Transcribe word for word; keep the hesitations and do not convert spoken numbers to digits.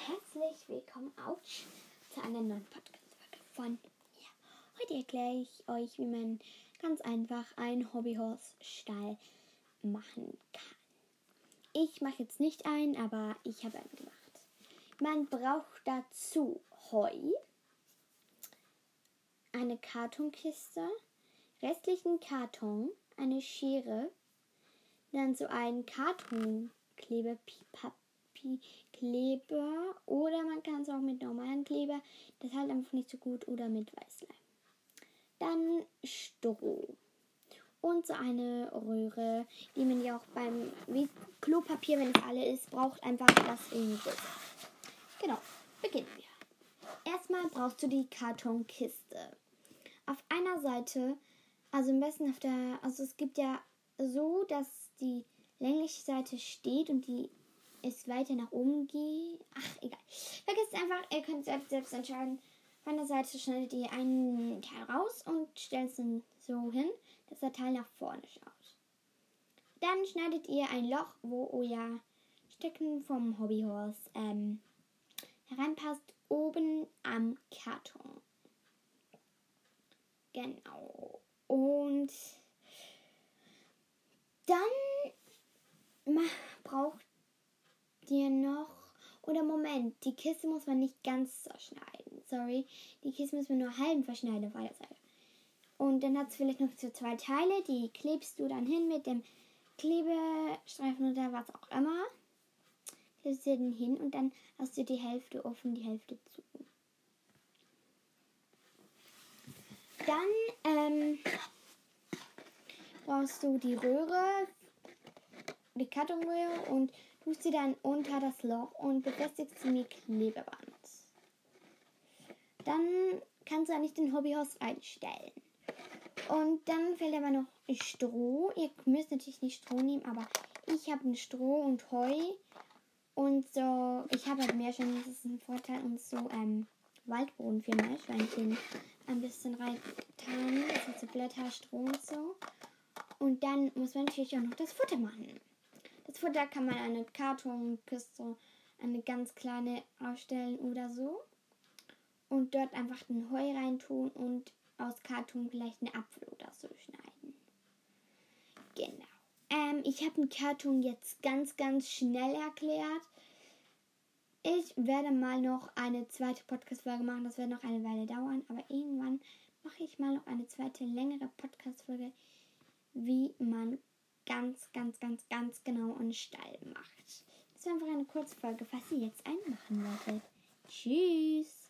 herzlich willkommen ouch, zu einer neuen Podcast-Folge von mir. Heute erkläre ich euch, wie man ganz einfach einen Hobbyhorse-Stall machen kann. Ich mache jetzt nicht einen, aber ich habe einen gemacht. Man braucht dazu Heu, eine Kartonkiste, restlichen Karton, eine Schere, dann so einen Kartonkleber, Kleber, oder man kann es auch mit normalen Kleber, das halt einfach nicht so gut, oder mit Weißleim. Dann Stroh und so eine Röhre, die man ja auch beim wie Klopapier, wenn es alle ist, braucht einfach das in Größe. Genau, beginnen wir. Erstmal brauchst du die Kartonkiste. Auf einer Seite, also am besten auf der, also es gibt ja so, dass die längliche Seite steht und die ist weiter nach oben geht. Ach, egal. Vergesst einfach, ihr könnt selbst, selbst entscheiden. Von der Seite schneidet ihr einen Teil raus und stellt es dann so hin, dass der Teil nach vorne schaut. Dann schneidet ihr ein Loch, wo euer Stecken vom Hobbyhorse ähm, hereinpasst, oben am Karton. Genau. Und dann braucht ihr noch, oder Moment, die Kiste muss man nicht ganz zerschneiden. Sorry, die Kiste müssen wir nur halb verschneiden auf einer Seite. Und dann hat es vielleicht noch so zwei Teile, die klebst du dann hin mit dem Klebestreifen oder was auch immer. Klebst du den hin und dann hast du die Hälfte offen, die Hälfte zu. Dann ähm, brauchst du die Röhre, die Kartonröhre, und tust sie dann unter das Loch und befestigst sie mit Klebeband. Dann kannst du eigentlich den Hobbyhorse einstellen. Und dann fehlt aber noch Stroh. Ihr müsst natürlich nicht Stroh nehmen, aber ich habe ein Stroh und Heu. Und so, ich habe halt Meerschwein, das ist ein Vorteil. Und so ähm, Waldboden für Meerschweinchen ein bisschen reingetan. Das sind so Blätter, Stroh und so. Und dann muss man natürlich auch noch das Futter machen. Das Futter kann man eine Kartonkiste, eine ganz kleine aufstellen oder so. Und dort einfach den Heu reintun und aus Karton vielleicht einen Apfel oder so schneiden. Genau. Ähm, ich habe den Karton jetzt ganz, ganz schnell erklärt. Ich werde mal noch eine zweite Podcast-Folge machen. Das wird noch eine Weile dauern. Aber irgendwann mache ich mal noch eine zweite, längere Podcast-Folge, wie man ganz, ganz, ganz, ganz genau einen Stall macht. Das war einfach eine Kurzfolge, was ihr jetzt einmachen wolltet. Tschüss!